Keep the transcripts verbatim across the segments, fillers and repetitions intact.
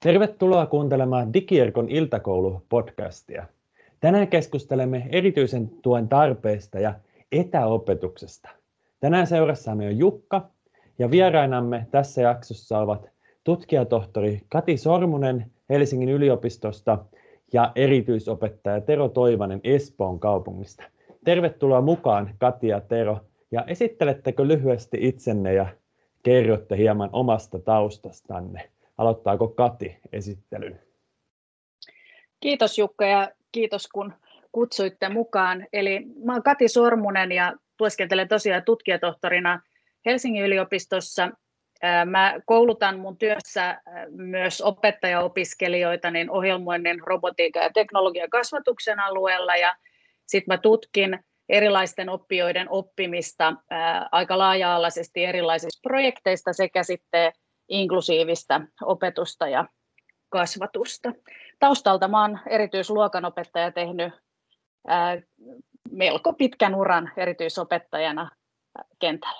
Tervetuloa kuuntelemaan Digierkon iltakoulu-podcastia. Tänään keskustelemme erityisen tuen tarpeista ja etäopetuksesta. Tänään seurassamme on Jukka ja vierainamme tässä jaksossa ovat tutkijatohtori Kati Sormunen Helsingin yliopistosta ja erityisopettaja Tero Toivanen Espoon kaupungista. Tervetuloa mukaan Kati ja Tero, ja esittelettekö lyhyesti itsenne ja kerrotte hieman omasta taustastanne? Aloittaako Kati esittelyn? Kiitos Jukka ja kiitos kun kutsuitte mukaan. Eli mä olen Kati Sormunen ja työskentelen tosiaan tutkijatohtorina Helsingin yliopistossa. Mä koulutan mun työssä myös opettajaopiskelijoita niin ohjelmoinnin, robotiikan ja teknologian kasvatuksen alueella, ja sitten mä tutkin erilaisten oppijoiden oppimista ää, aika laaja-alaisesti erilaisista projekteista sekä sitten inklusiivista opetusta ja kasvatusta. Taustalta mä oon erityisluokanopettaja, tehnyt ää, melko pitkän uran erityisopettajana kentällä.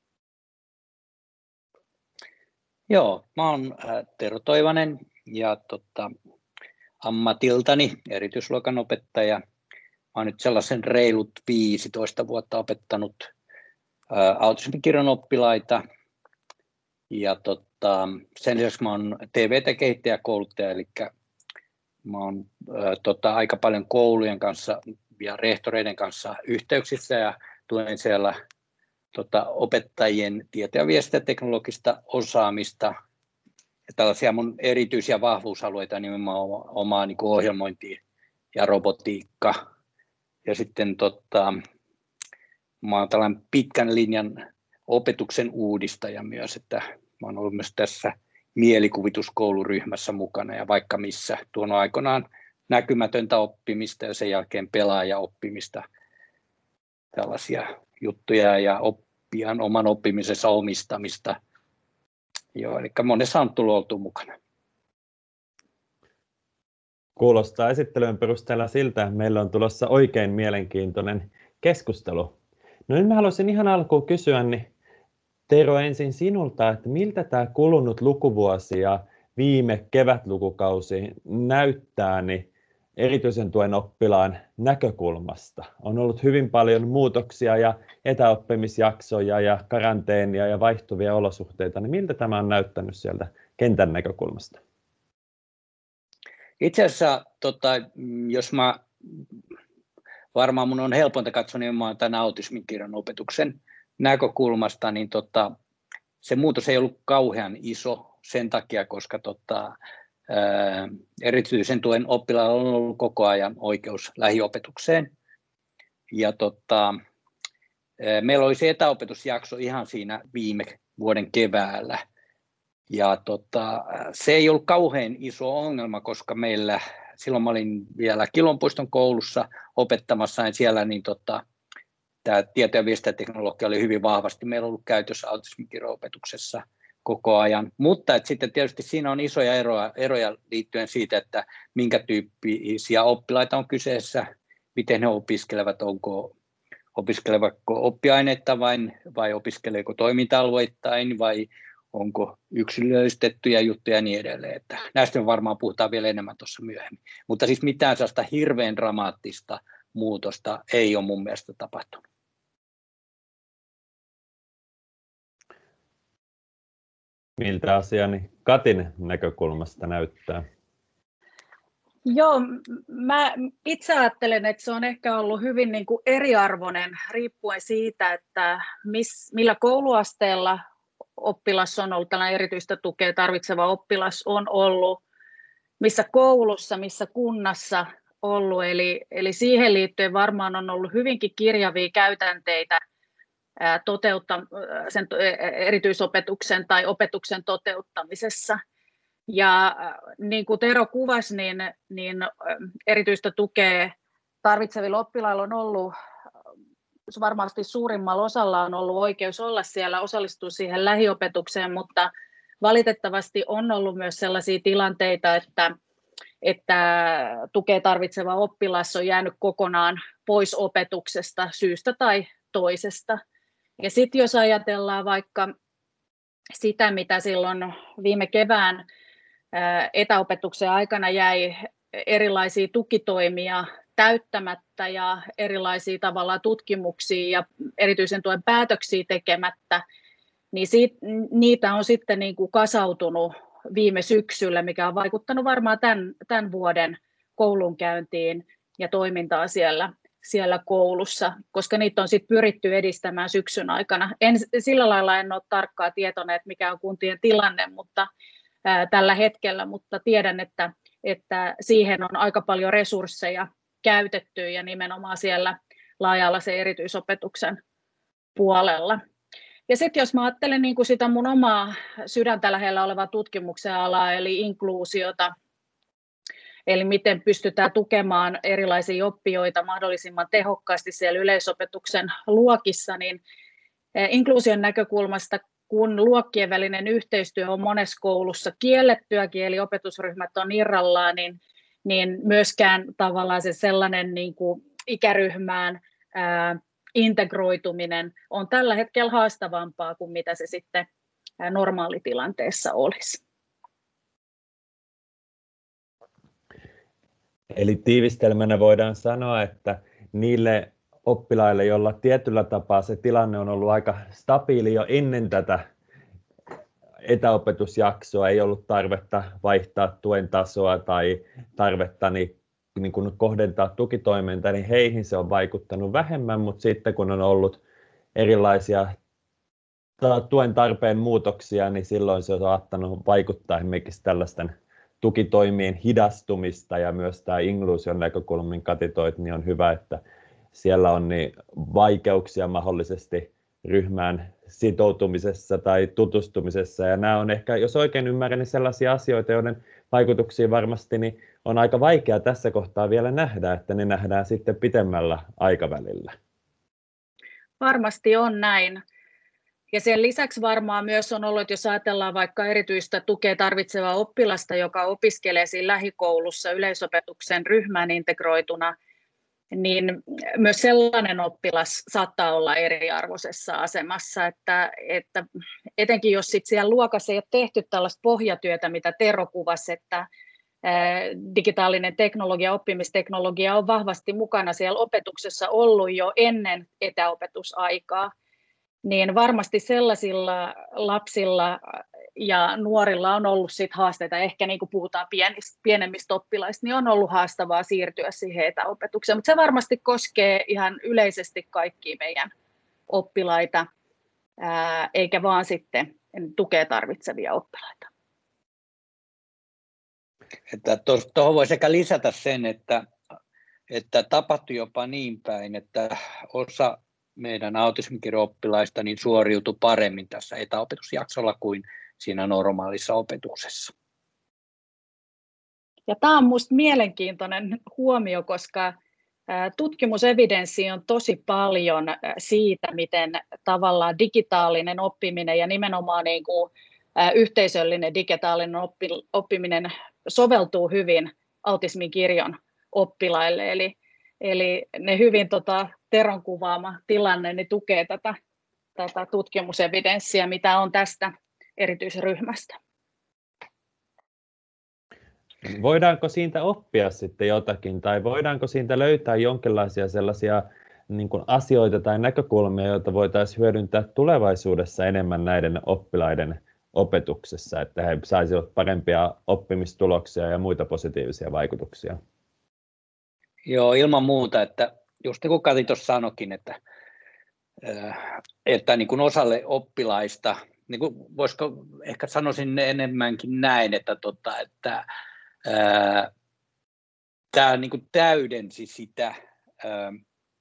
Joo, mä oon Tero Toivanen ja tota, ammatiltani erityisluokanopettaja. Mä oon nyt sellaisen reilut viisitoista vuotta opettanut ä, autismikirjon oppilaita. Ja tota, sen lisäksi mä oon T V-kehittäjäkouluttaja, eli mä oon ä, tota, aika paljon koulujen kanssa ja rehtoreiden kanssa yhteyksissä ja tuen siellä tota, opettajien tieto- ja viestintäteknologista osaamista. Ja tällaisia mun erityisiä vahvuusalueita nimenomaan omaa niin kuin ohjelmointi ja robotiikka. Ja sitten tota, mä oon tällainen pitkän linjan opetuksen uudistaja myös, että mä oon ollut myös tässä mielikuvituskouluryhmässä mukana ja vaikka missä tuonut aikanaan näkymätöntä oppimista ja sen jälkeen pelaajaoppimista, tällaisia juttuja ja oppijan oman oppimisensa omistamista. Joo, eli monessa on tullut oltu mukana. Kuulostaa esittelyn perusteella siltä, että meillä on tulossa oikein mielenkiintoinen keskustelu. No nyt mä haluaisin ihan alkuun kysyä, niin Tero, ensin sinulta, että miltä tämä kulunut lukuvuosi ja viime kevätlukukausi näyttää niin erityisen tuen oppilaan näkökulmasta? On ollut hyvin paljon muutoksia ja etäoppimisjaksoja ja karanteenia ja vaihtuvia olosuhteita, niin miltä tämä on näyttänyt sieltä kentän näkökulmasta? Itse asiassa, tota, jos mä, varmaan mun on helpointa katsoa nimenomaan tämän autismikirjon opetuksen näkökulmasta, niin tota, se muutos ei ollut kauhean iso sen takia, koska tota, ää, erityisen tuen oppilailla on ollut koko ajan oikeus lähiopetukseen. Ja tota, ää, meillä oli se etäopetusjakso ihan siinä viime vuoden keväällä. Ja tota, se ei ollut kauhean iso ongelma, koska meillä, silloin mä olin vielä Kilonpuiston koulussa opettamassa, ja siellä niin tota, tämä tieto- ja viestintäteknologia oli hyvin vahvasti meillä ollut käytössä autismikirjo-opetuksessa koko ajan. Mutta et sitten tietysti siinä on isoja eroja, eroja liittyen siitä, että minkä tyyppisiä oppilaita on kyseessä, miten he opiskelevat, onko opiskelevatko oppiaineita vai, vai opiskeleeko toiminta-alueittain vai onko yksilöllistettyjä juttuja ja niin edelleen. Että näistä me varmaan puhutaan vielä enemmän tuossa myöhemmin. Mutta siis mitään sellaista hirveän dramaattista muutosta ei ole mun mielestä tapahtunut. Miltä asiani Katin näkökulmasta näyttää? Joo, mä itse ajattelen, että se on ehkä ollut hyvin niin kuin eriarvoinen riippuen siitä, että miss, millä kouluasteella oppilas on ollut, tällainen erityistä tukea tarvitseva oppilas on ollut, missä koulussa, missä kunnassa ollut. Eli, eli siihen liittyen varmaan on ollut hyvinkin kirjavia käytänteitä ää, toteutta, sen erityisopetuksen tai opetuksen toteuttamisessa. Ja niin kuin Tero kuvasi, niin, niin erityistä tukea tarvitsevilla oppilailla on ollut, varmasti suurimmalla osalla on ollut oikeus olla siellä, osallistua siihen lähiopetukseen, mutta valitettavasti on ollut myös sellaisia tilanteita, että, että tukea tarvitseva oppilas on jäänyt kokonaan pois opetuksesta syystä tai toisesta. Ja sitten jos ajatellaan vaikka sitä, mitä silloin viime kevään etäopetuksen aikana jäi erilaisia tukitoimia täyttämättä ja erilaisia tavallaan tutkimuksia ja erityisen tuen päätöksiä tekemättä, niin siitä, niitä on sitten niin kuin kasautunut viime syksyllä, mikä on vaikuttanut varmaan tämän, tämän vuoden koulunkäyntiin ja toimintaa siellä, siellä koulussa, koska niitä on sitten pyritty edistämään syksyn aikana. En, sillä lailla en ole tarkkaa tietoinen, että mikä on kuntien tilanne mutta, ää, tällä hetkellä, mutta tiedän, että, että siihen on aika paljon resursseja käytetty ja nimenomaan siellä laaja-alaisen erityisopetuksen puolella. Ja sitten jos mä ajattelen niin kuin sitä mun omaa sydäntä lähellä olevaa tutkimuksen alaa, eli inkluusiota, eli miten pystytään tukemaan erilaisia oppijoita mahdollisimman tehokkaasti siellä yleisopetuksen luokissa, niin inkluusion näkökulmasta, kun luokkien välinen yhteistyö on monessa koulussa kiellettyäkin, eli opetusryhmät on irrallaan, niin, niin myöskään tavallaan se sellainen niin kuin ikäryhmään ää, integroituminen on tällä hetkellä haastavampaa kuin mitä se sitten normaalitilanteessa olisi. Eli tiivistelmänä voidaan sanoa, että niille oppilaille, joilla tietyllä tapaa se tilanne on ollut aika stabiili jo ennen tätä etäopetusjaksoa, ei ollut tarvetta vaihtaa tuen tasoa tai tarvetta niin, niin kuin kohdentaa tukitoimintaa, niin heihin se on vaikuttanut vähemmän, mutta sitten kun on ollut erilaisia tuen tarpeen muutoksia, niin silloin se on saattanut vaikuttaa esimerkiksi tällaisten tukitoimien hidastumista ja myös tämä inkluusion näkökulmin katitoit, niin on hyvä, että siellä on niin vaikeuksia mahdollisesti ryhmään sitoutumisessa tai tutustumisessa. Ja nämä on ehkä, jos oikein ymmärrän, niin sellaisia asioita, joiden vaikutuksia varmasti niin on aika vaikea tässä kohtaa vielä nähdä, että ne nähdään sitten pitemmällä aikavälillä. Varmasti on näin. Ja sen lisäksi varmaan myös on ollut, että jos ajatellaan vaikka erityistä tukea tarvitsevaa oppilasta, joka opiskelee siinä lähikoulussa yleisopetuksen ryhmään integroituna, niin myös sellainen oppilas saattaa olla eriarvoisessa asemassa, että, että etenkin jos sit siellä luokassa ei ole tehty tällaista pohjatyötä, mitä Tero kuvasi, että digitaalinen teknologia, oppimisteknologia on vahvasti mukana siellä opetuksessa ollut jo ennen etäopetusaikaa, niin varmasti sellaisilla lapsilla ja nuorilla on ollut sit haasteita, ehkä niin kuin puhutaan pienistä, pienemmistä oppilaista, niin on ollut haastavaa siirtyä siihen etäopetukseen, mutta se varmasti koskee ihan yleisesti kaikkia meidän oppilaita, ää, eikä vaan sitten tukea tarvitsevia oppilaita. Tuohon voi sekä lisätä sen, että, että tapahtui jopa niin päin, että osa meidän autismikirjo-oppilaista niin suoriutui paremmin tässä etäopetusjaksolla kuin siinä normaalissa opetuksessa. Ja tämä on minusta mielenkiintoinen huomio, koska tutkimusevidenssiä on tosi paljon siitä, miten tavallaan digitaalinen oppiminen ja nimenomaan niin kuin yhteisöllinen digitaalinen oppiminen soveltuu hyvin autismikirjon oppilaille. Eli, eli ne hyvin tota, Teron kuvaama tilanne niin tukee tätä, tätä tutkimusevidenssiä, mitä on tästä erityisryhmästä. Voidaanko siitä oppia sitten jotakin, tai voidaanko siitä löytää jonkinlaisia sellaisia niin kuin asioita tai näkökulmia, joita voitaisiin hyödyntää tulevaisuudessa enemmän näiden oppilaiden opetuksessa, että he saisivat parempia oppimistuloksia ja muita positiivisia vaikutuksia? Joo, ilman muuta, että just niin kuin Kati tuossa sanoikin, että, että niin kuin osalle oppilaista, niin kuin voisiko ehkä sanoisin enemmänkin näin, että, tota, että ää, tämä niin kuin täydensi sitä ää,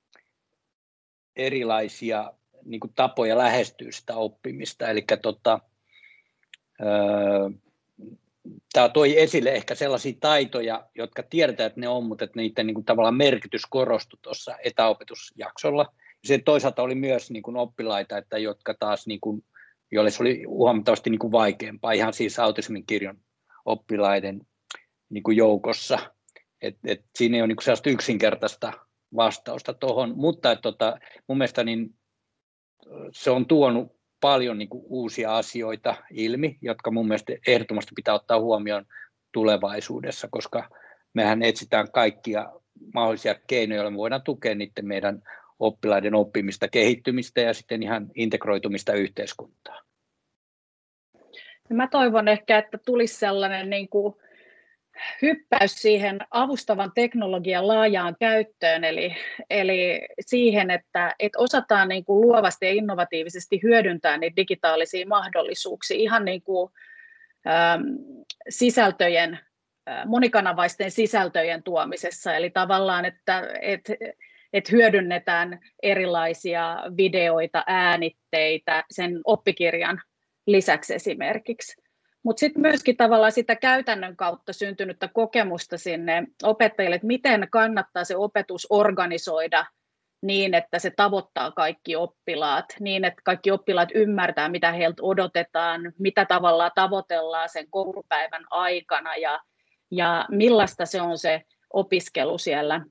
erilaisia niin kuin tapoja lähestyä sitä oppimista, eli tota, ää, tämä toi esille ehkä sellaisia taitoja, jotka tiedetään, että ne on, mutta että niiden niin kuin tavallaan merkitys korostui tuossa etäopetusjaksolla. Se toisaalta oli myös niin kuin oppilaita, että jotka taas, niin kuin, joille se oli huomattavasti niin kuin vaikeampaa, ihan siis autismin kirjon oppilaiden niin kuin joukossa. Et, et siinä ei ole niin kuin sellaista yksinkertaista vastausta tuohon, mutta et, tota, mun mielestä niin, se on tuonut paljon niin kuin uusia asioita ilmi, jotka mun mielestä ehdottomasti pitää ottaa huomioon tulevaisuudessa, koska mehän etsitään kaikkia mahdollisia keinoja, joilla me voidaan tukea niiden meidän oppilaiden oppimista, kehittymistä ja sitten ihan integroitumista yhteiskuntaan. Mä toivon ehkä, että tulisi sellainen niin kuin hyppäys siihen avustavan teknologian laajaan käyttöön, eli, eli siihen, että, että osataan niin kuin luovasti ja innovatiivisesti hyödyntää niitä digitaalisia mahdollisuuksia ihan niin kuin, ähm, sisältöjen, äh, monikanavaisten sisältöjen tuomisessa, eli tavallaan, että et, et hyödynnetään erilaisia videoita, äänitteitä sen oppikirjan lisäksi esimerkiksi. Mutta sitten myöskin tavallaan sitä käytännön kautta syntynyttä kokemusta sinne opettajille, että miten kannattaa se opetus organisoida niin, että se tavoittaa kaikki oppilaat, niin että kaikki oppilaat ymmärtää, mitä heiltä odotetaan, mitä tavallaan tavoitellaan sen koulupäivän aikana ja, ja millaista se on se opiskelu siellä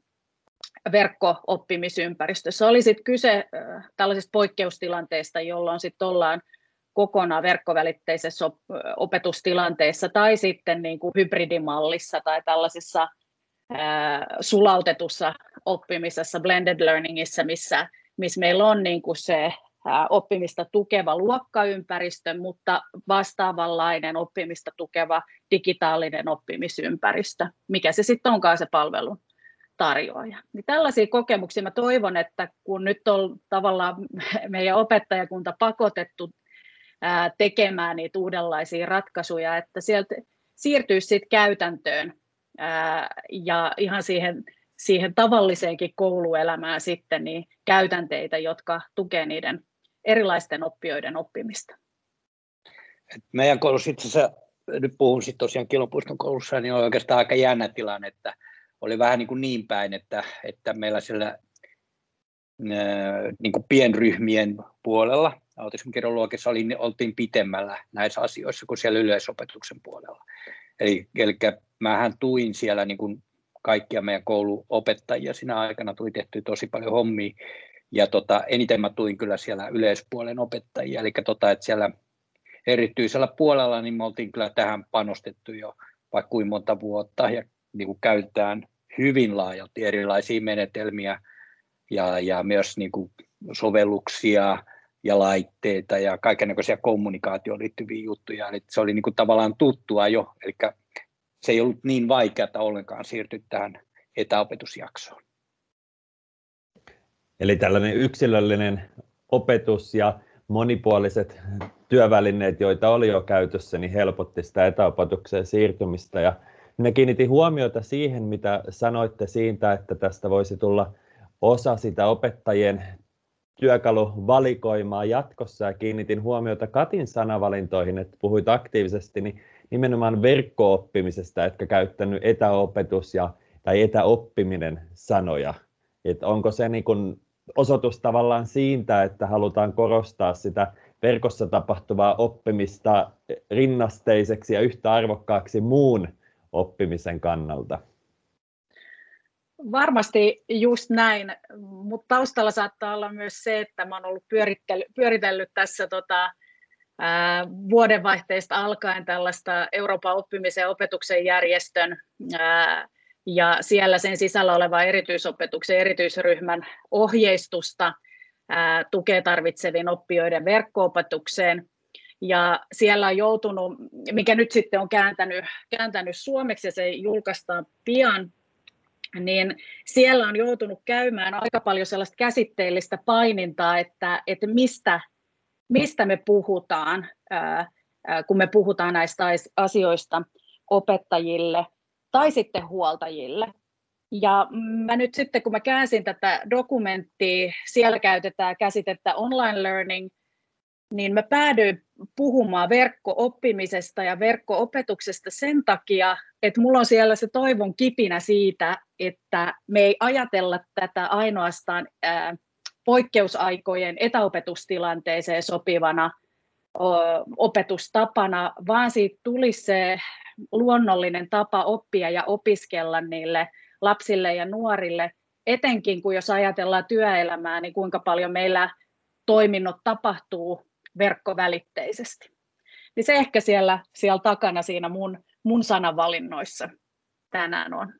verkko-oppimisympäristössä. Oli sitten kyse äh, tällaisesta poikkeustilanteesta, jolloin sitten ollaan kokonaan verkkovälitteisessä opetustilanteessa tai sitten niin kuin hybridimallissa tai tällaisessa ää, sulautetussa oppimisessa, blended learningissa, missä, missä meillä on niin kuin se ää, oppimista tukeva luokkaympäristö, mutta vastaavanlainen oppimista tukeva digitaalinen oppimisympäristö, mikä se sitten onkaan se palvelun tarjoaja. Niin tällaisia kokemuksia mä toivon, että kun nyt on tavallaan meidän opettajakunta pakotettu tekemään niitä uudenlaisia ratkaisuja, että sieltä siirtyisi sitten käytäntöön ää, ja ihan siihen, siihen tavalliseenkin kouluelämään sitten niin käytänteitä, jotka tukevat niiden erilaisten oppijoiden oppimista. Et meidän koulussa itse asiassa, nyt puhun sitten tosiaan Kilopuiston koulussa, niin oli oikeastaan aika jännä tilanne, että oli vähän niin, kuin niin päin, että, että meillä siellä niin kuin pienryhmien puolella autismikirjon luokissa oli, oltiin pitemmällä näissä asioissa kuin siellä yleisopetuksen puolella. Eli, eli mähän tuin siellä niin kuin kaikkia meidän kouluopettajia siinä aikana, tuli tehty tosi paljon hommia, ja tota, eniten mä tuin kyllä siellä yleispuolen opettajia, eli tota, että siellä erityisellä puolella niin me oltiin kyllä tähän panostettu jo vaikka kuinka monta vuotta, ja niin kuin käytetään hyvin laajalti erilaisia menetelmiä, ja, ja myös niin kuin sovelluksia ja laitteita ja kaikennäköisiä kommunikaatioon liittyviä juttuja. Eli se oli niin kuin tavallaan tuttua jo, eli se ei ollut niin vaikeaa ollenkaan siirtyä tähän etäopetusjaksoon. Eli tällainen yksilöllinen opetus ja monipuoliset työvälineet, joita oli jo käytössä, niin helpotti sitä etäopetukseen siirtymistä. Ja minä kiinnitin huomiota siihen, mitä sanoitte siitä, että tästä voisi tulla osa sitä opettajien työkaluvalikoimaa jatkossa, ja kiinnitin huomiota Katin sanavalintoihin, että puhuit aktiivisesti niin nimenomaan verkko-oppimisesta, etkä käyttänyt etäopetus ja, tai etäoppiminen sanoja. Et onko se niin kun osoitus tavallaan siitä, että halutaan korostaa sitä verkossa tapahtuvaa oppimista rinnasteiseksi ja yhtä arvokkaaksi muun oppimisen kannalta? Varmasti just näin, mutta taustalla saattaa olla myös se, että mä olen ollut pyöritellyt tässä tota, ää, vuodenvaihteesta alkaen tällaista Euroopan oppimisen ja opetuksen järjestön ää, ja siellä sen sisällä oleva erityisopetuksen erityisryhmän ohjeistusta ää, tukea tarvitsevien oppijoiden verkko-opetukseen. Ja siellä on joutunut, mikä nyt sitten on kääntänyt, kääntänyt suomeksi ja se julkaistaan pian, niin siellä on joutunut käymään aika paljon sellaista käsitteellistä painintaa, että, että mistä, mistä me puhutaan, ää, kun me puhutaan näistä asioista opettajille tai sitten huoltajille. Ja mä nyt sitten, kun mä käänsin tätä dokumenttia, siellä käytetään käsitettä online learning, niin mä päädyin puhumaan verkko-oppimisesta ja verkko-opetuksesta sen takia, että mulla on siellä se toivon kipinä siitä, että me ei ajatella tätä ainoastaan ää, poikkeusaikojen etäopetustilanteeseen sopivana o, opetustapana, vaan siitä tulisi se luonnollinen tapa oppia ja opiskella niille lapsille ja nuorille, etenkin kun jos ajatellaan työelämää, niin kuinka paljon meillä toiminnot tapahtuu verkkovälitteisesti. Niin se ehkä siellä, siellä takana siinä mun, mun sanavalinnoissa tänään on.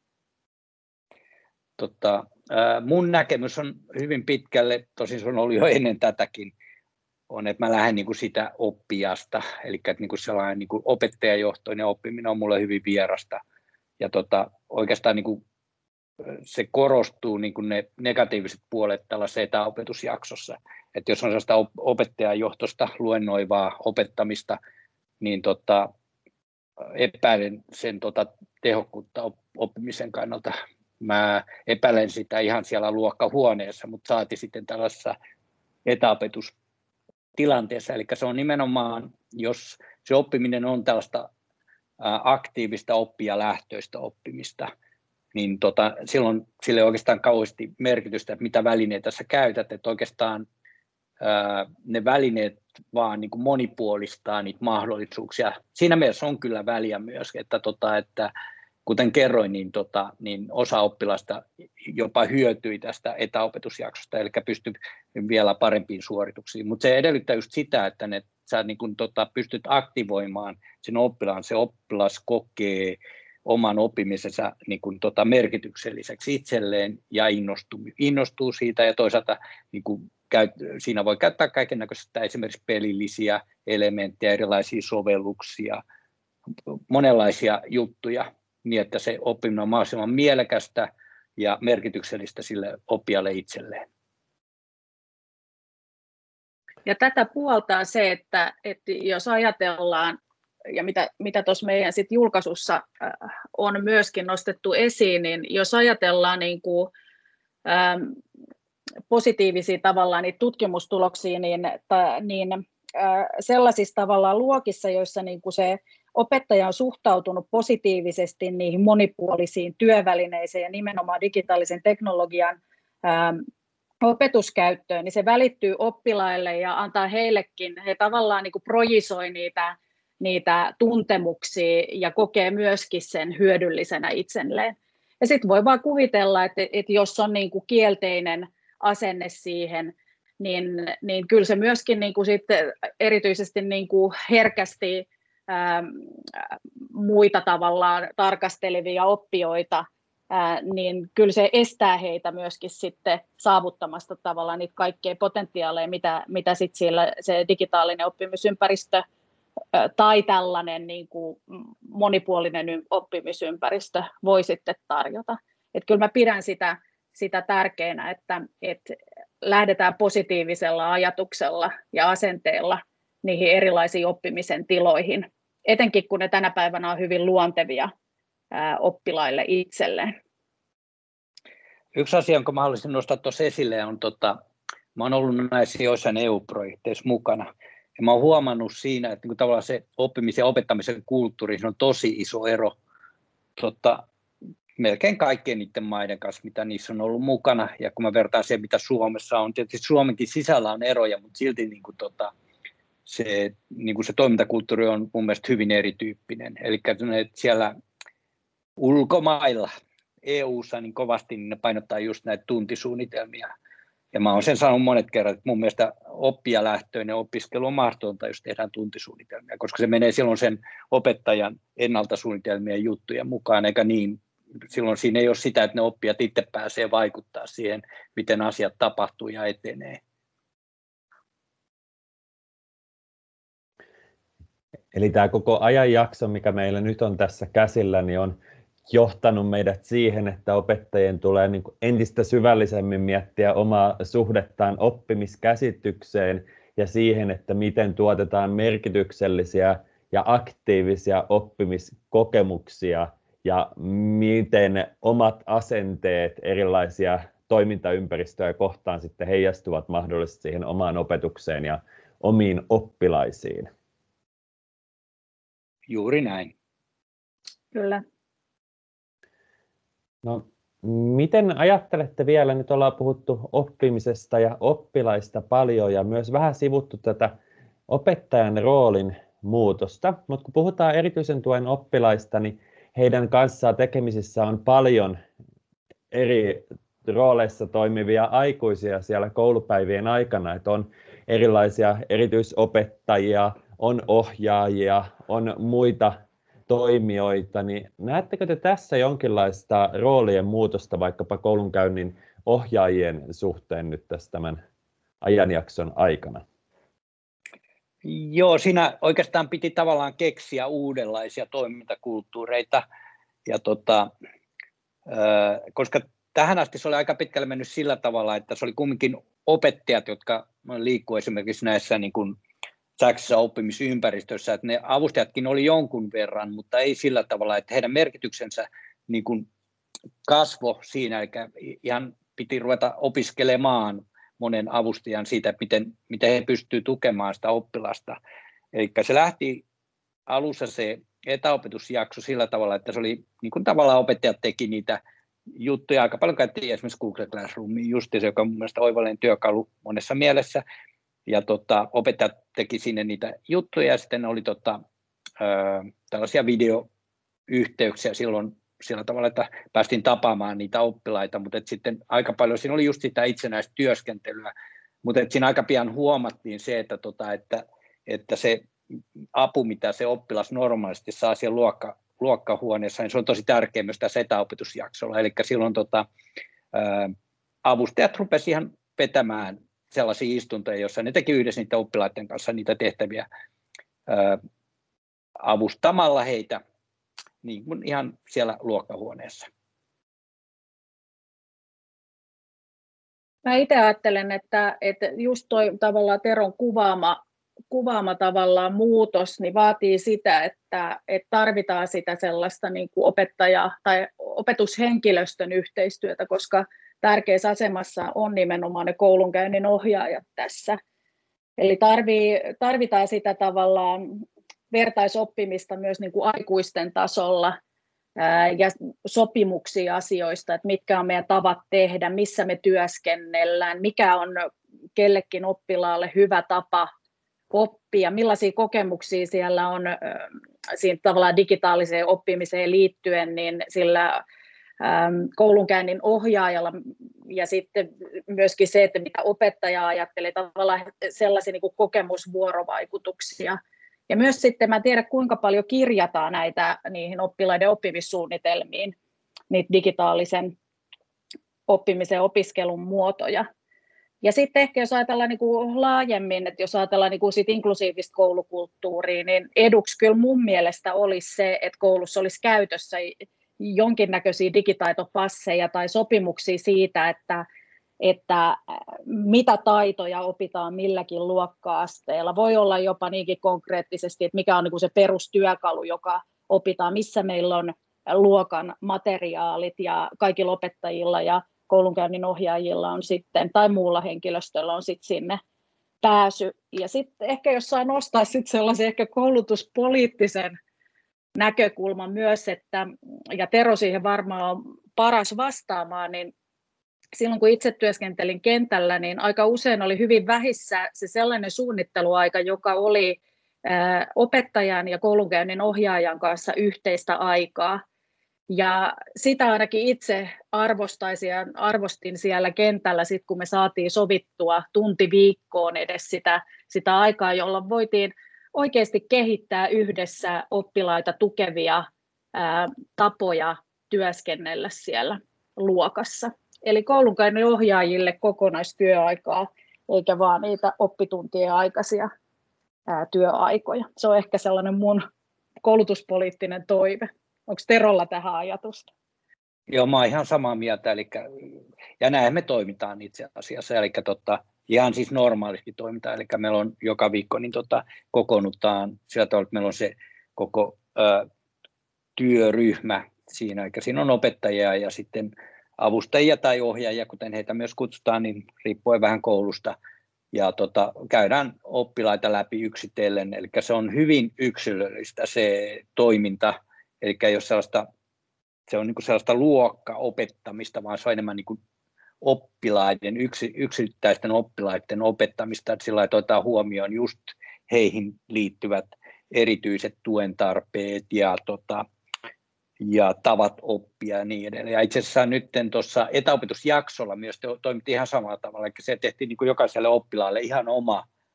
Tota, mun näkemys on hyvin pitkälle, tosin se on ollut jo ennen tätäkin, on, että mä lähden niin kuin sitä oppijasta, eli että niin kuin sellainen niin kuin opettajajohtoinen oppiminen on mulle hyvin vierasta, ja tota, oikeastaan niin kuin se korostuu niin kuin ne negatiiviset puolet tällaisessa etäopetusjaksossa, että jos on sellaista opettajajohtoista luennoivaa opettamista, niin tota, epäilen sen tota, tehokkuutta oppimisen kannalta. Mä epäilen sitä ihan siellä luokkahuoneessa, mutta saati sitten tällaisessa etäopetustilanteessa. Eli se on nimenomaan, jos se oppiminen on tällaista aktiivista oppijalähtöistä oppimista, niin tota, silloin sille oikeastaan kauheasti merkitystä, että mitä välineitä sä käytät, että oikeastaan ää, ne välineet vaan niin kuin monipuolistaa niitä mahdollisuuksia. Siinä mielessä on kyllä väliä myös, että, tota, että kuten kerroin, niin, tota, niin osa oppilasta jopa hyötyi tästä etäopetusjaksosta, eli pystyi vielä parempiin suorituksiin, mutta se edellyttää just sitä, että ne, sä niin kun, tota, pystyt aktivoimaan sen oppilaan, se oppilas kokee oman oppimisensa niin kun, tota, merkitykselliseksi itselleen ja innostuu, innostuu siitä, ja toisaalta niin kun, käyt, siinä voi käyttää kaikennäköistä esimerkiksi pelillisiä elementtejä, erilaisia sovelluksia, monenlaisia juttuja, niin että se oppiminen on mahdollisimman mielekästä ja merkityksellistä sille oppijalle itselleen. Ja tätä puoltaa se, että, että jos ajatellaan, ja mitä, mitä tuossa meidän sit julkaisussa on myöskin nostettu esiin, niin jos ajatellaan niin kuin, ähm, positiivisia tavallaan niitä tutkimustuloksia, niin, ta, niin äh, sellaisissa tavallaan luokissa, joissa niin kuin se opettaja on suhtautunut positiivisesti niihin monipuolisiin työvälineisiin ja nimenomaan digitaalisen teknologian ähm, opetuskäyttöön, niin se välittyy oppilaille ja antaa heillekin, he tavallaan niin kuin projisoi niitä, niitä tuntemuksia ja kokee myöskin sen hyödyllisenä itselleen. Ja sitten voi vaan kuvitella, että, että jos on niin kuin kielteinen asenne siihen, niin, niin kyllä se myöskin niin kuin sitten erityisesti niin kuin herkästi ää, muita tavallaan tarkastelevia oppijoita, ää, niin kyllä se estää heitä myöskin sitten saavuttamasta tavallaan niitä kaikkein potentiaaleja, mitä, mitä sitten siellä se digitaalinen oppimisympäristö ää, tai tällainen niin kuin monipuolinen oppimisympäristö voi sitten tarjota. Et kyllä mä pidän sitä, sitä tärkeänä, että, että lähdetään positiivisella ajatuksella ja asenteella niihin erilaisiin oppimisen tiloihin, etenkin kun ne tänä päivänä on hyvin luontevia ää, oppilaille itselleen. Yksi asia, jonka mä haluaisin nostaa tuossa esille, on, tota, mä olen ollut näissä joissain E U-projekteissa mukana, ja mä olen huomannut siinä, että niin tavallaan se oppimisen ja opettamisen kulttuuri on tosi iso ero tota, melkein kaikkien niiden maiden kanssa, mitä niissä on ollut mukana, ja kun mä vertaan siihen, mitä Suomessa on, tietysti Suomenkin sisällä on eroja, mutta silti niin kuin, tota, se, niin kuin se toimintakulttuuri on mun mielestä hyvin erityyppinen, eli siellä ulkomailla, E U:ssa niin kovasti niin ne painottaa just näitä tuntisuunnitelmia, ja mä oon sen sanonut monet kerrat, että mun mielestä oppijalähtöinen opiskelu on mahdotonta, jos tehdään tuntisuunnitelmia, koska se menee silloin sen opettajan ennalta suunnitelmien juttujen mukaan, eikä niin, silloin siinä ei ole sitä, että ne oppijat itse pääsee vaikuttaa siihen, miten asiat tapahtuu ja etenee. Eli tämä koko ajanjakso, mikä meillä nyt on tässä käsillä, niin on johtanut meidät siihen, että opettajien tulee niin kuin entistä syvällisemmin miettiä omaa suhdettaan oppimiskäsitykseen ja siihen, että miten tuotetaan merkityksellisiä ja aktiivisia oppimiskokemuksia ja miten omat asenteet erilaisia toimintaympäristöjä kohtaan sitten heijastuvat mahdollisesti siihen omaan opetukseen ja omiin oppilaisiin. Juuri näin. Kyllä. No, miten ajattelette vielä, nyt ollaan puhuttu oppimisesta ja oppilaista paljon ja myös vähän sivuttu tätä opettajan roolin muutosta, mutta kun puhutaan erityisen tuen oppilaista, niin heidän kanssaan tekemisissä on paljon eri rooleissa toimivia aikuisia siellä koulupäivien aikana, että on erilaisia erityisopettajia, on ohjaajia, on muita toimijoita, niin näettekö te tässä jonkinlaista roolien muutosta vaikkapa koulunkäynnin ohjaajien suhteen nyt tässä tämän ajanjakson aikana? Joo, siinä oikeastaan piti tavallaan keksiä uudenlaisia toimintakulttuureita, ja tota, koska tähän asti se oli aika pitkälle mennyt sillä tavalla, että se oli kumminkin opettajat, jotka liikkuivat esimerkiksi näissä niin kuin sähköisessä oppimisympäristössä, että ne avustajatkin oli jonkun verran, mutta ei sillä tavalla, että heidän merkityksensä niin kuin kasvo siinä, eli ihan piti ruveta opiskelemaan monen avustajan siitä, että miten, miten he pystyvät tukemaan sitä oppilasta. Eli se lähti alussa se etäopetusjakso sillä tavalla, että se oli niin kuin tavallaan opettajat teki niitä juttuja, aika paljon käytiin esimerkiksi Google Classroomiin justi se, joka on mun mielestä oivallinen työkalu monessa mielessä, ja tota, opettajat teki sinne niitä juttuja, ja sitten oli tota, ö, tällaisia videoyhteyksiä silloin sillä tavalla, että päästiin tapaamaan niitä oppilaita, mutta sitten aika paljon siinä oli just sitä itsenäistä työskentelyä, mutta siinä aika pian huomattiin se, että, tota, että, että se apu, mitä se oppilas normaalisti saa siellä luokka, luokkahuoneessa, niin se on tosi tärkeä myös tässä etäopetusjaksolla, eli silloin tota, ä, avustajat rupesivat ihan vetämään sellaisia istuntoja, joissa ne teki yhdessä niiden oppilaiden kanssa niitä tehtäviä ä, avustamalla heitä niin kuin ihan siellä luokkahuoneessa. Mä itse ajattelen, että, että just toi tavallaan Teron kuvaama, kuvaama tavallaan muutos niin vaatii sitä, että, että tarvitaan sitä sellaista niin kuin opettaja- tai opetushenkilöstön yhteistyötä, koska tärkeässä asemassa on nimenomaan ne koulunkäynnin ohjaajat tässä. Eli tarvii, tarvitaan sitä tavallaan vertaisoppimista myös niin kuin aikuisten tasolla ää, ja sopimuksia asioista, että mitkä on meidän tavat tehdä, missä me työskennellään, mikä on kellekin oppilaalle hyvä tapa oppia, millaisia kokemuksia siellä on ää, siinä tavallaan digitaaliseen oppimiseen liittyen, niin sillä ää, koulunkäynnin ohjaajalla ja sitten myöskin se, että mitä opettaja ajattelee, tavallaan sellaisia niin kuin kokemusvuorovaikutuksia. Ja myös sitten, mä en tiedä kuinka paljon kirjataan näitä niihin oppilaiden oppimissuunnitelmiin, niitä digitaalisen oppimisen ja opiskelun muotoja. Ja sitten ehkä jos ajatellaan niin kuin laajemmin, että jos ajatellaan niin kuin sit inklusiivista koulukulttuuria, niin eduksi kyllä mun mielestä olisi se, että koulussa olisi käytössä jonkinnäköisiä digitaitopasseja tai sopimuksia siitä, että että mitä taitoja opitaan milläkin luokka-asteella. Voi olla jopa niinkin konkreettisesti, että mikä on niin kuin se perustyökalu, joka opitaan, missä meillä on luokan materiaalit ja kaikilla opettajilla ja koulunkäynnin ohjaajilla on sitten, tai muulla henkilöstöllä on sitten sinne pääsy. Ja sitten ehkä jos saa nostaa sitten sellaisen ehkä koulutuspoliittisen näkökulman myös, että, ja Tero siihen varmaan on paras vastaamaan, niin silloin kun itse työskentelin kentällä, niin aika usein oli hyvin vähissä se sellainen suunnitteluaika, joka oli opettajan ja koulunkäynnin ohjaajan kanssa yhteistä aikaa. Ja sitä ainakin itse arvostaisin ja arvostin siellä kentällä, sit kun me saatiin sovittua tunti viikkoon edes sitä, sitä aikaa, jolloin voitiin oikeasti kehittää yhdessä oppilaita tukevia ää, tapoja työskennellä siellä luokassa. Eli koulunkäynnin ohjaajille kokonaistyöaikaa, eikä vaan niitä oppituntien aikaisia ää, työaikoja. Se on ehkä sellainen mun koulutuspoliittinen toive. Onko Terolla tähän ajatusta? Joo, mä oon ihan samaa mieltä. Eli, ja näin me toimitaan itse asiassa. Eli tota, ihan siis normaalisti toimitaan. Eli meillä on joka viikko niin tota, kokoonnutaan sillä tavalla, että meillä on se koko ö, työryhmä siinä. Eli siinä on opettajia ja sitten avustajia tai ohjaajia, kuten heitä myös kutsutaan, niin riippuen vähän koulusta. Ja tota, käydään oppilaita läpi yksitellen, eli se on hyvin yksilöllistä se toiminta, eli ei ole sellaista, se on niin kuin sellaista luokkaopettamista, vaan se on enemmän niin kuin oppilaiden, yksi, yksittäisten oppilaiden opettamista, että sillä lailla otetaan huomioon just heihin liittyvät erityiset tuen tarpeet ja tota, ja tavat oppia ja niin edelleen. Ja itse asiassa nyt tuossa etäopetusjaksolla myös toimittiin ihan samalla tavalla, eli se tehtiin niin kuin jokaiselle oppilaalle ihan oma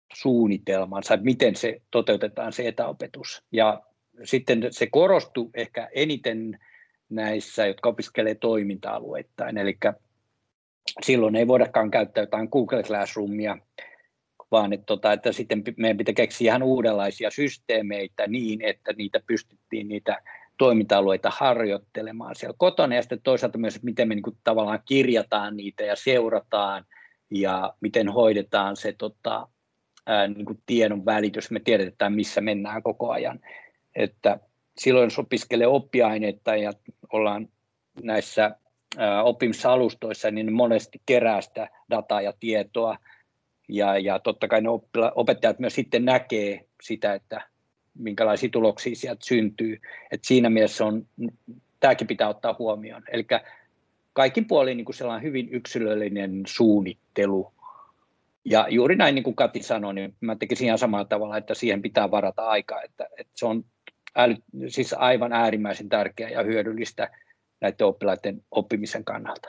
suunnitelmansa, että miten se toteutetaan se etäopetus. Ja sitten se korostui ehkä eniten näissä, jotka opiskelee toiminta-alueittain, eli silloin ei voidakaan käyttää jotain Google Classroomia, vaan että, tota, että sitten meidän pitää keksiä ihan uudenlaisia systeemeitä niin, että niitä pystyttiin niitä toiminta-alueita harjoittelemaan siellä kotona, ja sitten toisaalta myös, että miten me niin kuin tavallaan kirjataan niitä ja seurataan, ja miten hoidetaan se tota, ää, niin kuin tiedon välitys, me tiedetään, missä mennään koko ajan. Että silloin jos opiskelee oppiaineita ja ollaan näissä ää, oppimisalustoissa, niin monesti kerää sitä dataa ja tietoa, ja, ja totta kai ne oppila- opettajat myös sitten näkee sitä, että minkälaisia tuloksia sieltä syntyy. Et siinä mielessä on, tämäkin pitää ottaa huomioon. Eli kaikin puolin niin kuin sellainen hyvin yksilöllinen suunnittelu. Ja juuri näin, niin kuin Kati sanoi, niin mä tekisin ihan samalla tavalla, että siihen pitää varata aikaa. Että, että se on äly, siis aivan äärimmäisen tärkeää ja hyödyllistä näiden oppilaiden oppimisen kannalta.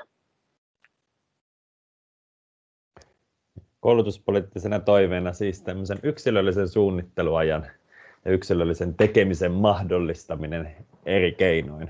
Koulutuspoliittisena toiveena siis tämmöisen yksilöllisen suunnitteluajan ja yksilöllisen tekemisen mahdollistaminen eri keinoin.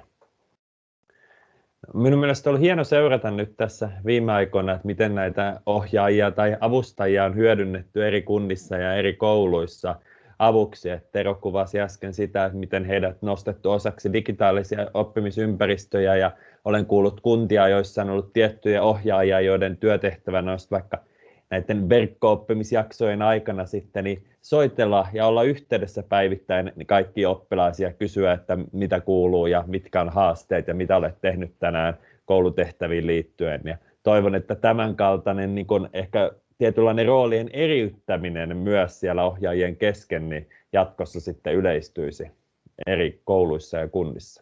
Minun mielestä on hieno seurata nyt tässä viime aikoina, että miten näitä ohjaajia tai avustajia on hyödynnetty eri kunnissa ja eri kouluissa avuksi. Että Tero kuvasi äsken sitä, että miten heidät nostettu osaksi digitaalisia oppimisympäristöjä, ja olen kuullut kuntia, joissa on ollut tiettyjä ohjaajia, joiden työtehtävänä on vaikka näiden verkko-oppimisjaksojen aikana sitten niin soitella ja olla yhteydessä päivittäin kaikki oppilaisia ja kysyä, että mitä kuuluu ja mitkä on haasteet ja mitä olet tehnyt tänään koulutehtäviin liittyen. Ja toivon, että tämän kaltainen niin kuin ehkä tietynlainen roolien eriyttäminen myös siellä ohjaajien kesken niin jatkossa sitten yleistyisi eri kouluissa ja kunnissa.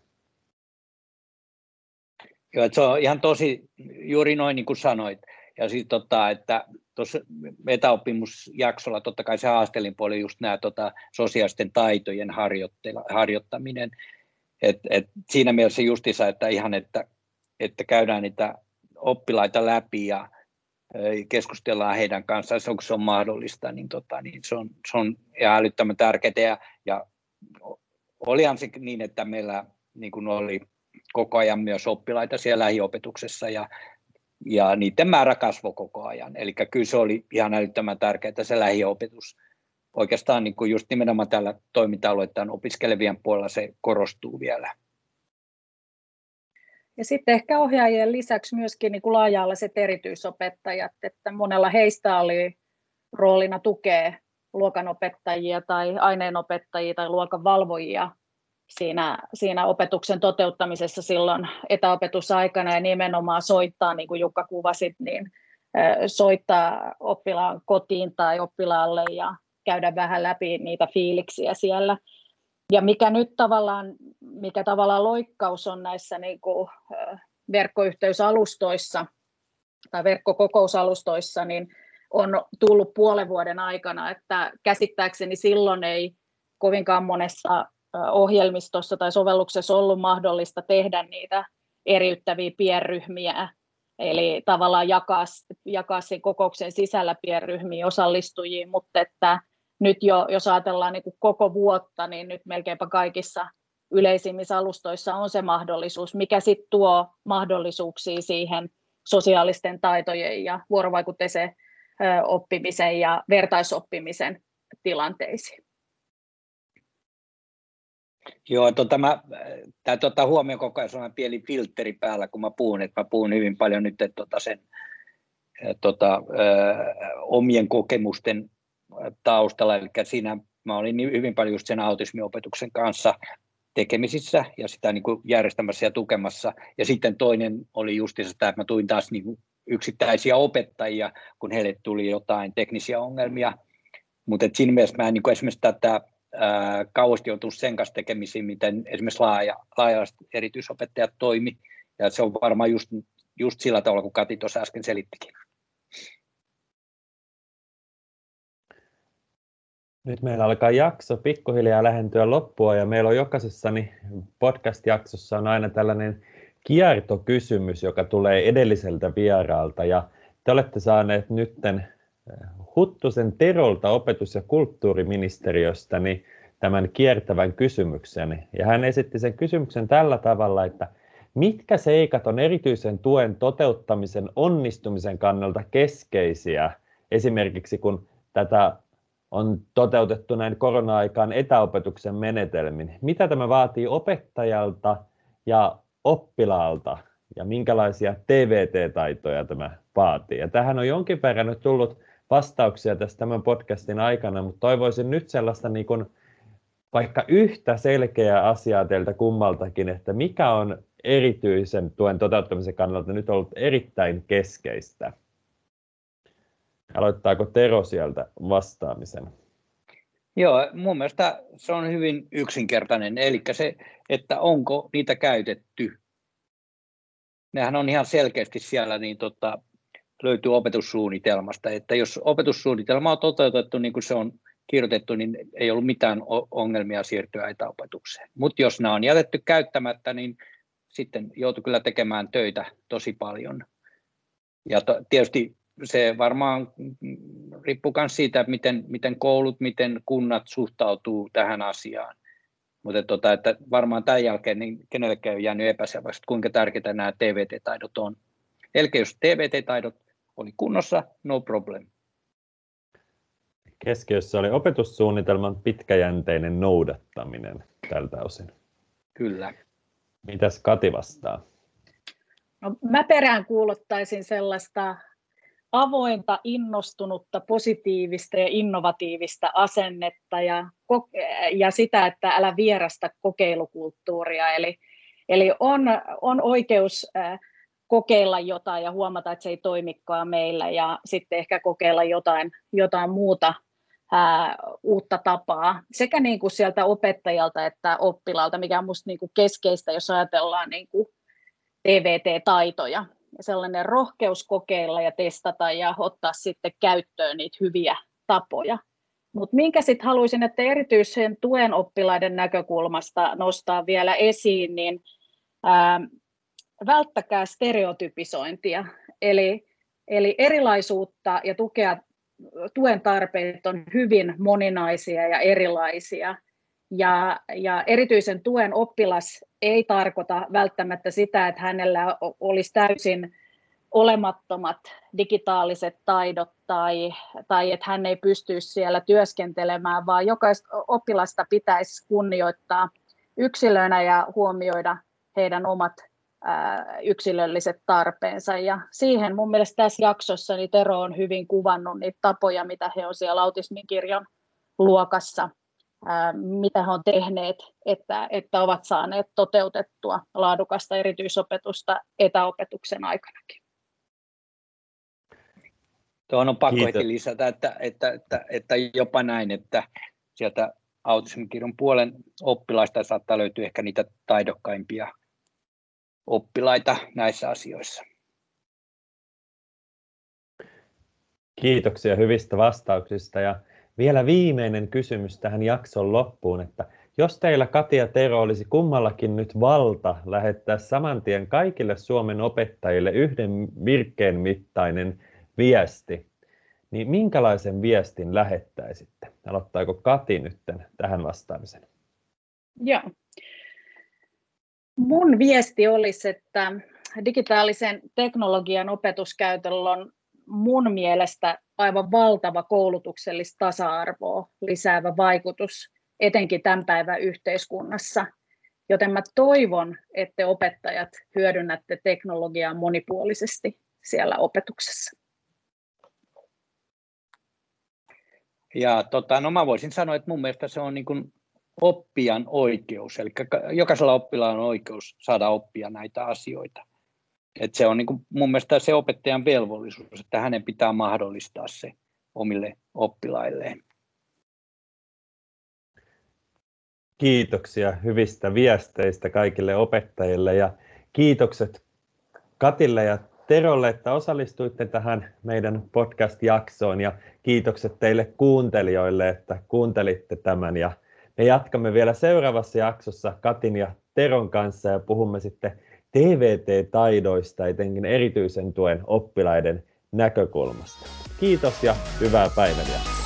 Joo, se on ihan tosi juuri noin niin kuin sanoit. Ja siis tota, että tuossa etäoppimusjaksolla totta kai se haasteellin puoli just nämä tota, sosiaalisten taitojen harjoittaminen. Et, et siinä mielessä justiinsa, että ihan, että, että käydään niitä oppilaita läpi ja keskustellaan heidän kanssaan, se on, se on mahdollista, niin, tota, niin se on, se on ihan älyttömän tärkeää. Ja, ja olihan se niin, että meillä niin kuin oli koko ajan myös oppilaita siellä lähiopetuksessa, ja Ja niiden määrä kasvoi koko ajan. Eli kyllä se oli ihan älyttömän tärkeää, se lähiopetus. Oikeastaan niin kuin just nimenomaan tällä toiminta-alueittain opiskelevien puolella se korostuu vielä. Ja sitten ehkä ohjaajien lisäksi myöskin niin kuin laaja-alaiset erityisopettajat, että monella heistä oli roolina tukea luokanopettajia tai aineenopettajia tai luokanvalvojia Siinä, siinä opetuksen toteuttamisessa silloin etäopetusaikana, ja nimenomaan soittaa, niin kuin Jukka kuvasit, niin soittaa oppilaan kotiin tai oppilaalle ja käydä vähän läpi niitä fiiliksiä siellä. Ja mikä nyt tavallaan, mikä tavallaan loikkaus on näissä niin kuin verkkoyhteysalustoissa tai verkkokokousalustoissa, niin on tullut puolen vuoden aikana, että käsittääkseni silloin ei kovinkaan monessa ohjelmistossa tai sovelluksessa ollut mahdollista tehdä niitä eriyttäviä pienryhmiä, eli tavallaan jakaa, jakaa sen kokouksen sisällä pienryhmiin osallistujiin, mutta että nyt jo, jos ajatellaan niin kuin koko vuotta, niin nyt melkeinpä kaikissa yleisimmissä alustoissa on se mahdollisuus, mikä sitten tuo mahdollisuuksia siihen sosiaalisten taitojen ja vuorovaikutteisen oppimisen ja vertaisoppimisen tilanteisiin. Joo, tota mä, täytyy ottaa huomioon koko ajan sellainen pieni filtteri päällä, kun mä puhun, että mä puhun hyvin paljon nyt että tota sen tota, ö, omien kokemusten taustalla, eli siinä mä olin hyvin paljon just sen autismiopetuksen kanssa tekemisissä ja sitä niin kuin järjestämässä ja tukemassa, ja sitten toinen oli just sitä, että mä tuin taas niin kuin yksittäisiä opettajia, kun heille tuli jotain teknisiä ongelmia, mutta siinä mielessä mä en niin kuin esimerkiksi tätä Ää, kauheasti joutunut sen kanssa tekemisiin, miten esimerkiksi laaja, laajalaiset erityisopettajat toimi, ja se on varmaan just, just sillä tavalla, kun Kati tuossa äsken selittikin. Nyt meillä alkaa jakso pikkuhiljaa lähentyä loppua, ja meillä on jokaisessa podcast-jaksossa on aina tällainen kiertokysymys, joka tulee edelliseltä vieraalta, ja te olette saaneet nytten Huttusen Terolta opetus- ja kulttuuriministeriöstä niin tämän kiertävän kysymyksen. Ja hän esitti sen kysymyksen tällä tavalla, että mitkä seikat on erityisen tuen toteuttamisen onnistumisen kannalta keskeisiä, esimerkiksi kun tätä on toteutettu näin korona-aikaan etäopetuksen menetelmin. Mitä tämä vaatii opettajalta ja oppilaalta ja minkälaisia T V T-taitoja tämä vaatii? Ja tähän on jonkin verran nyt tullut vastauksia tässä tämän podcastin aikana, mutta toivoisin nyt sellaista niin kuin vaikka yhtä selkeää asiaa teiltä kummaltakin, että mikä on erityisen tuen toteuttamisen kannalta nyt ollut erittäin keskeistä. Aloittaako Tero sieltä vastaamisen? Joo, mun mielestä se on hyvin yksinkertainen, eli se, että onko niitä käytetty. Nehän on ihan selkeästi siellä, niin tota, löytyy opetussuunnitelmasta, että jos opetussuunnitelma on toteutettu niin kuin se on kirjoitettu, niin ei ollut mitään ongelmia siirtyä etäopetukseen. Mutta jos nämä on jätetty käyttämättä, niin sitten joutuu kyllä tekemään töitä tosi paljon. Ja to, tietysti se varmaan riippuu myös siitä, että miten, miten koulut, miten kunnat suhtautuu tähän asiaan. Mutta tota, että varmaan tämän jälkeen niin kenellekään on jäänyt epäselväksi, kuinka tärkeitä nämä T V T-taidot on. Eli jos T V T-taidot oli kunnossa, no problem. Keskiössä oli opetussuunnitelman pitkäjänteinen noudattaminen tältä osin. Kyllä. Mitäs Kati vastaa? No, mä peräänkuuluttaisin sellaista avointa, innostunutta, positiivista ja innovatiivista asennetta ja, ja sitä, että älä vierasta kokeilukulttuuria. Eli, eli on, on oikeus äh, kokeilla jotain ja huomata, että se ei toimikaan meillä ja sitten ehkä kokeilla jotain, jotain muuta ää, uutta tapaa sekä niin kuin sieltä opettajalta että oppilaalta, mikä on minusta niin kuin keskeistä, jos ajatellaan niin kuin T V T-taitoja. Ja sellainen rohkeus kokeilla ja testata ja ottaa sitten käyttöön niitä hyviä tapoja. Mutta minkä sitten haluaisin, että erityisen tuen oppilaiden näkökulmasta nostaa vielä esiin, niin ää, välttäkää stereotypisointia, eli, eli erilaisuutta ja tukea, tuen tarpeet on hyvin moninaisia ja erilaisia. Ja, ja erityisen tuen oppilas ei tarkoita välttämättä sitä, että hänellä olisi täysin olemattomat digitaaliset taidot tai, tai että hän ei pystyisi siellä työskentelemään, vaan jokaista oppilasta pitäisi kunnioittaa yksilönä ja huomioida heidän omat ää, yksilölliset tarpeensa. Ja siihen mun mielestä tässä jaksossa niin Tero on hyvin kuvannut niitä tapoja, mitä he on siellä autismin kirjon luokassa, ää, mitä he on tehneet, että, että ovat saaneet toteutettua laadukasta erityisopetusta etäopetuksen aikanakin. Tuohon on pakko heti lisätä, että, että, että, että jopa näin, että sieltä autismikirjon puolen oppilaista saattaa löytyä ehkä niitä taidokkaimpia oppilaita näissä asioissa. Kiitoksia hyvistä vastauksista ja vielä viimeinen kysymys tähän jakson loppuun, että jos teillä Kati ja Tero olisi kummallakin nyt valta lähettää saman tien kaikille Suomen opettajille yhden virkkeen mittainen viesti, niin minkälaisen viestin lähettäisitte? Aloittaako Kati nyt tähän vastaamisen? Joo. Mun viesti olisi, että digitaalisen teknologian opetuskäytöllä on mun mielestä aivan valtava koulutuksellista tasa-arvoa lisäävä vaikutus, etenkin tämän päivän yhteiskunnassa. Joten mä toivon, että te opettajat hyödynnätte teknologiaa monipuolisesti siellä opetuksessa. Ja tota, no mä voisin sanoa, että mun mielestä se on niin kuin oppijan oikeus, eli jokaisella oppilaalla on oikeus saada oppia näitä asioita. Et se on niin kuin mun mielestä se opettajan velvollisuus, että hänen pitää mahdollistaa se omille oppilailleen. Kiitoksia hyvistä viesteistä kaikille opettajille ja kiitokset Katille ja Terolle, että osallistuitte tähän meidän podcast-jaksoon ja kiitokset teille kuuntelijoille, että kuuntelitte tämän ja me jatkamme vielä seuraavassa jaksossa Katin ja Teron kanssa ja puhumme sitten T V T-taidoista, etenkin erityisen tuen oppilaiden näkökulmasta. Kiitos ja hyvää päivää.